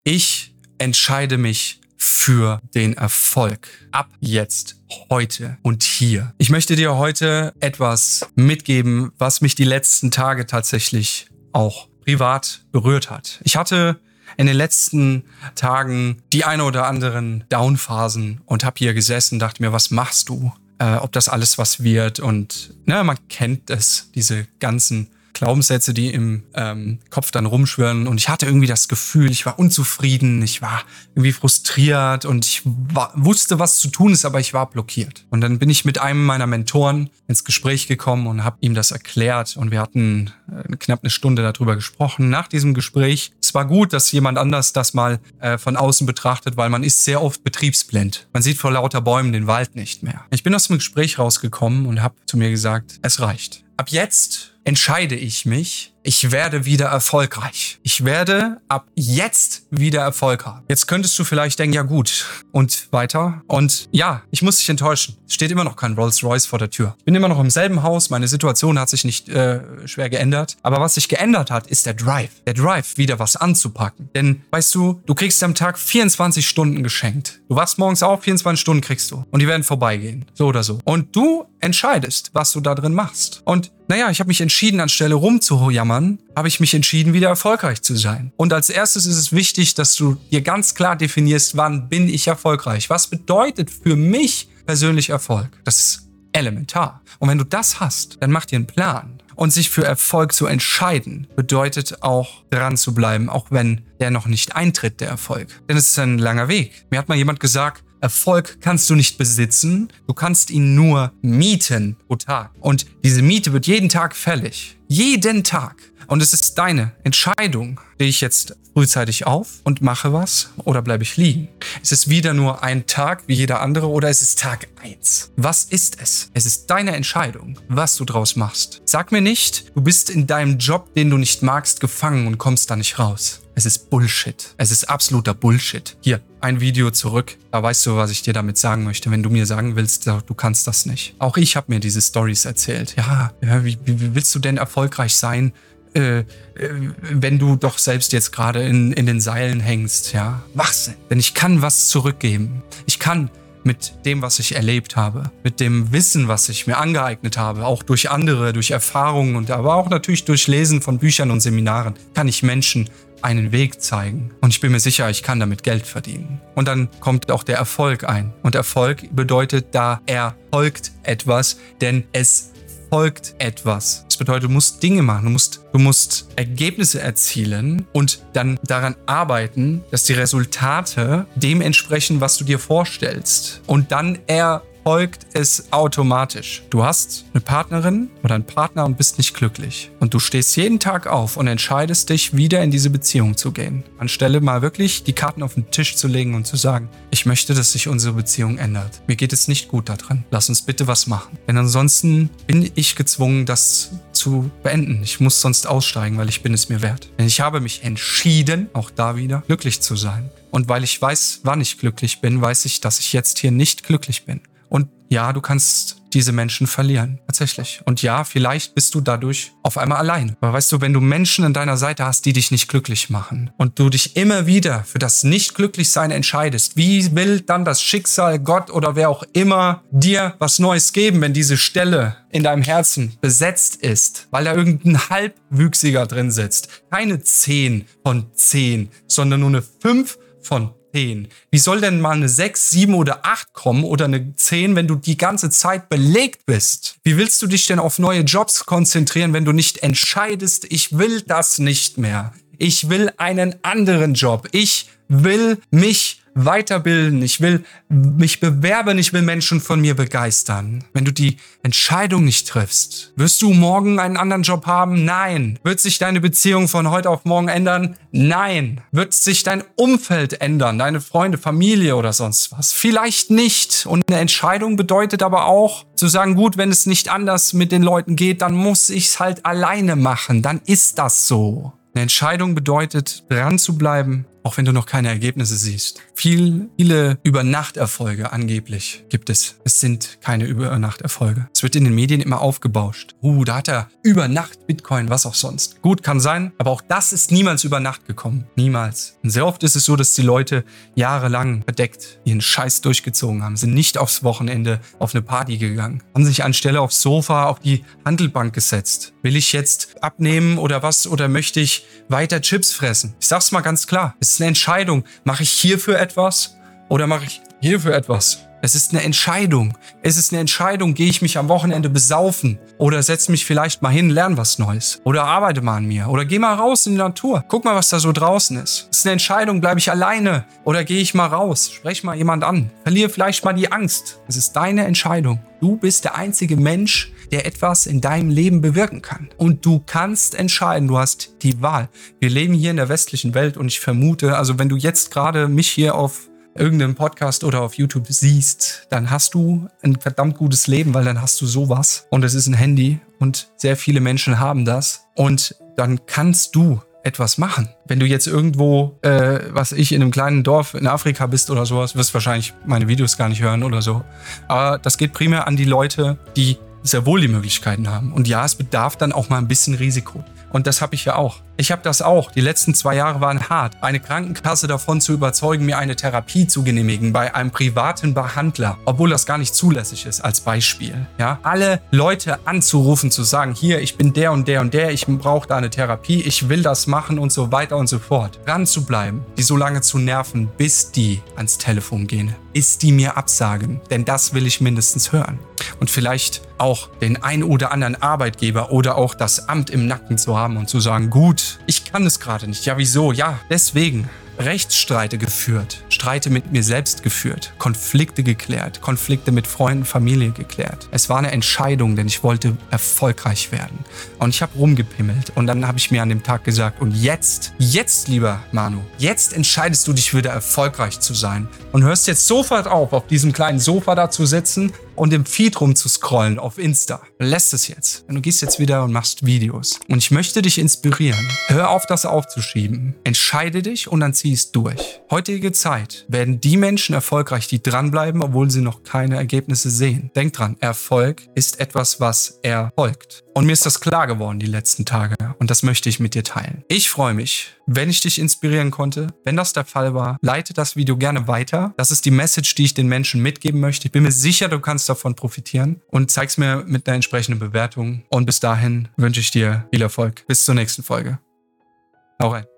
Ich entscheide mich für den Erfolg. Ab jetzt, heute und hier. Ich möchte dir heute etwas mitgeben, was mich die letzten Tage tatsächlich auch privat berührt hat. Ich hatte in den letzten Tagen die eine oder anderen Downphasen und habe hier gesessen, dachte mir, was machst du? Ob das alles was wird? Und man kennt es, diese ganzen Glaubenssätze, die im Kopf dann rumschwirren. Und ich hatte irgendwie das Gefühl, ich war unzufrieden, ich war irgendwie frustriert und ich wusste, was zu tun ist, aber ich war blockiert. Und dann bin ich mit einem meiner Mentoren ins Gespräch gekommen und habe ihm das erklärt. Und wir hatten knapp eine Stunde darüber gesprochen. Nach diesem Gespräch, es war gut, dass jemand anders das mal von außen betrachtet, weil man ist sehr oft betriebsblind. Man sieht vor lauter Bäumen den Wald nicht mehr. Ich bin aus dem Gespräch rausgekommen und habe zu mir gesagt, es reicht. Ab jetzt entscheide ich mich, ich werde wieder erfolgreich. Ich werde ab jetzt wieder Erfolg haben. Jetzt könntest du vielleicht denken, ja gut, und weiter? Und ja, ich muss dich enttäuschen. Es steht immer noch kein Rolls-Royce vor der Tür. Ich bin immer noch im selben Haus, meine Situation hat sich nicht schwer geändert. Aber was sich geändert hat, ist der Drive. Der Drive, wieder was anzupacken. Denn, weißt du, du kriegst am Tag 24 Stunden geschenkt. Du wachst morgens auf, 24 Stunden kriegst du. Und die werden vorbeigehen. So oder so. Und du entscheidest, was du da drin machst. Und ich habe mich entschieden, anstelle rumzujammern, habe ich mich entschieden, wieder erfolgreich zu sein. Und als erstes ist es wichtig, dass du dir ganz klar definierst, wann bin ich erfolgreich? Was bedeutet für mich persönlich Erfolg? Das ist elementar. Und wenn du das hast, dann mach dir einen Plan. Und sich für Erfolg zu entscheiden, bedeutet auch dran zu bleiben, auch wenn der noch nicht eintritt, der Erfolg. Denn es ist ein langer Weg. Mir hat mal jemand gesagt, Erfolg kannst du nicht besitzen, du kannst ihn nur mieten pro Tag. Und diese Miete wird jeden Tag fällig. Jeden Tag. Und es ist deine Entscheidung. Stehe ich jetzt frühzeitig auf und mache was oder bleibe ich liegen? Ist es wieder nur ein Tag wie jeder andere oder ist es Tag 1? Was ist es? Es ist deine Entscheidung, was du draus machst. Sag mir nicht, du bist in deinem Job, den du nicht magst, gefangen und kommst da nicht raus. Es ist Bullshit. Es ist absoluter Bullshit. Hier, ein Video zurück. Da weißt du, was ich dir damit sagen möchte. Wenn du mir sagen willst, du kannst das nicht. Auch ich habe mir diese Storys erzählt. Ja, wie willst du denn erfolgreich sein, wenn du doch selbst jetzt gerade in den Seilen hängst? Ja, Wachsinn. Denn ich kann was zurückgeben. Ich kann mit dem, was ich erlebt habe, mit dem Wissen, was ich mir angeeignet habe, auch durch andere, durch Erfahrungen und aber auch natürlich durch Lesen von Büchern und Seminaren, kann ich Menschen einen Weg zeigen. Und ich bin mir sicher, ich kann damit Geld verdienen. Und dann kommt auch der Erfolg ein. Und Erfolg bedeutet, da erfolgt etwas, denn es folgt etwas. Das bedeutet, du musst Dinge machen, du musst Ergebnisse erzielen und dann daran arbeiten, dass die Resultate dem entsprechen, was du dir vorstellst. Und dann erfolgt es automatisch. Du hast eine Partnerin oder einen Partner und bist nicht glücklich. Und du stehst jeden Tag auf und entscheidest dich, wieder in diese Beziehung zu gehen. Anstelle mal wirklich die Karten auf den Tisch zu legen und zu sagen, ich möchte, dass sich unsere Beziehung ändert. Mir geht es nicht gut daran. Lass uns bitte was machen. Denn ansonsten bin ich gezwungen, das zu beenden. Ich muss sonst aussteigen, weil ich bin es mir wert. Denn ich habe mich entschieden, auch da wieder, glücklich zu sein. Und weil ich weiß, wann ich glücklich bin, weiß ich, dass ich jetzt hier nicht glücklich bin. Und ja, du kannst diese Menschen verlieren. Tatsächlich. Und ja, vielleicht bist du dadurch auf einmal allein. Aber weißt du, wenn du Menschen an deiner Seite hast, die dich nicht glücklich machen und du dich immer wieder für das Nicht-Glücklichsein entscheidest, wie will dann das Schicksal, Gott oder wer auch immer dir was Neues geben, wenn diese Stelle in deinem Herzen besetzt ist, weil da irgendein Halbwüchsiger drin sitzt? Keine 10 von 10, sondern nur eine 5 von 10. Wie soll denn mal eine 6, 7 oder 8 kommen oder eine 10, wenn du die ganze Zeit belegt bist? Wie willst du dich denn auf neue Jobs konzentrieren, wenn du nicht entscheidest, ich will das nicht mehr. Ich will einen anderen Job. Ich will mich weiterbilden. Ich will mich bewerben. Ich will Menschen von mir begeistern. Wenn du die Entscheidung nicht triffst, wirst du morgen einen anderen Job haben? Nein. Wird sich deine Beziehung von heute auf morgen ändern? Nein. Wird sich dein Umfeld ändern? Deine Freunde, Familie oder sonst was? Vielleicht nicht. Und eine Entscheidung bedeutet aber auch, zu sagen, gut, wenn es nicht anders mit den Leuten geht, dann muss ich es halt alleine machen. Dann ist das so. Eine Entscheidung bedeutet, dran zu bleiben, auch wenn du noch keine Ergebnisse siehst. Viele Übernachterfolge angeblich gibt es. Es sind keine Übernachterfolge. Es wird in den Medien immer aufgebauscht. Da hat er über Nacht Bitcoin, was auch sonst. Gut, kann sein, aber auch das ist niemals über Nacht gekommen. Niemals. Und sehr oft ist es so, dass die Leute jahrelang verdeckt ihren Scheiß durchgezogen haben, sind nicht aufs Wochenende auf eine Party gegangen, haben sich anstelle aufs Sofa auf die Handelbank gesetzt. Will ich jetzt abnehmen oder was? Oder möchte ich weiter Chips fressen? Ich sag's mal ganz klar. Es ist eine Entscheidung. Mache ich hierfür etwas oder mache ich hierfür etwas? Es ist eine Entscheidung. Es ist eine Entscheidung, gehe ich mich am Wochenende besaufen oder setze mich vielleicht mal hin, lerne was Neues oder arbeite mal an mir oder gehe mal raus in die Natur. Guck mal, was da so draußen ist. Es ist eine Entscheidung, bleibe ich alleine oder gehe ich mal raus, spreche mal jemand an, verliere vielleicht mal die Angst. Es ist deine Entscheidung. Du bist der einzige Mensch, der etwas in deinem Leben bewirken kann. Und du kannst entscheiden, du hast die Wahl. Wir leben hier in der westlichen Welt und ich vermute, also wenn du jetzt gerade mich hier auf irgendeinem Podcast oder auf YouTube siehst, dann hast du ein verdammt gutes Leben, weil dann hast du sowas und es ist ein Handy und sehr viele Menschen haben das und dann kannst du etwas machen. Wenn du jetzt irgendwo, in einem kleinen Dorf in Afrika bist oder sowas, wirst du wahrscheinlich meine Videos gar nicht hören oder so. Aber das geht primär an die Leute, die sehr wohl die Möglichkeiten haben. Und ja, es bedarf dann auch mal ein bisschen Risiko. Und das habe ich ja auch. Ich habe das auch. Die letzten 2 Jahre waren hart. Eine Krankenkasse davon zu überzeugen, mir eine Therapie zu genehmigen bei einem privaten Behandler, obwohl das gar nicht zulässig ist, als Beispiel. Ja? Alle Leute anzurufen, zu sagen, hier, ich bin der und der und der, ich brauche da eine Therapie, ich will das machen und so weiter und so fort. Dran zu bleiben, die so lange zu nerven, bis die ans Telefon gehen, bis die mir absagen. Denn das will ich mindestens hören. Und vielleicht auch den ein oder anderen Arbeitgeber oder auch das Amt im Nacken zu haben und zu sagen, gut, ich kann es gerade nicht. Ja, wieso? Ja, deswegen. Rechtsstreite geführt, Streite mit mir selbst geführt, Konflikte geklärt, Konflikte mit Freunden, Familie geklärt. Es war eine Entscheidung, denn ich wollte erfolgreich werden. Und ich habe rumgepimmelt und dann habe ich mir an dem Tag gesagt, und jetzt, lieber Manu, jetzt entscheidest du dich wieder erfolgreich zu sein und hörst jetzt sofort auf diesem kleinen Sofa da zu sitzen und im Feed rumzuscrollen auf Insta. Lässt es jetzt. Du gehst jetzt wieder und machst Videos. Und ich möchte dich inspirieren. Hör auf, das aufzuschieben. Entscheide dich und dann zieh es durch. Heutige Zeit werden die Menschen erfolgreich, die dranbleiben, obwohl sie noch keine Ergebnisse sehen. Denk dran, Erfolg ist etwas, was erfolgt. Und mir ist das klar geworden die letzten Tage. Und das möchte ich mit dir teilen. Ich freue mich, wenn ich dich inspirieren konnte. Wenn das der Fall war, leite das Video gerne weiter. Das ist die Message, die ich den Menschen mitgeben möchte. Ich bin mir sicher, du kannst davon profitieren. Und zeig's mir mit einer entsprechenden Bewertung. Und bis dahin wünsche ich dir viel Erfolg. Bis zur nächsten Folge. Hau rein.